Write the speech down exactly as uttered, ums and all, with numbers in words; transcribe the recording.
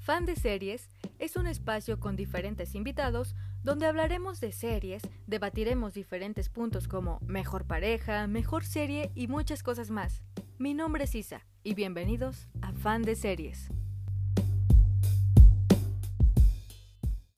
Fan de Series es un espacio con diferentes invitados donde hablaremos de series, debatiremos diferentes puntos como mejor pareja, mejor serie y muchas cosas más. Mi nombre es Isa y bienvenidos a Fan de Series.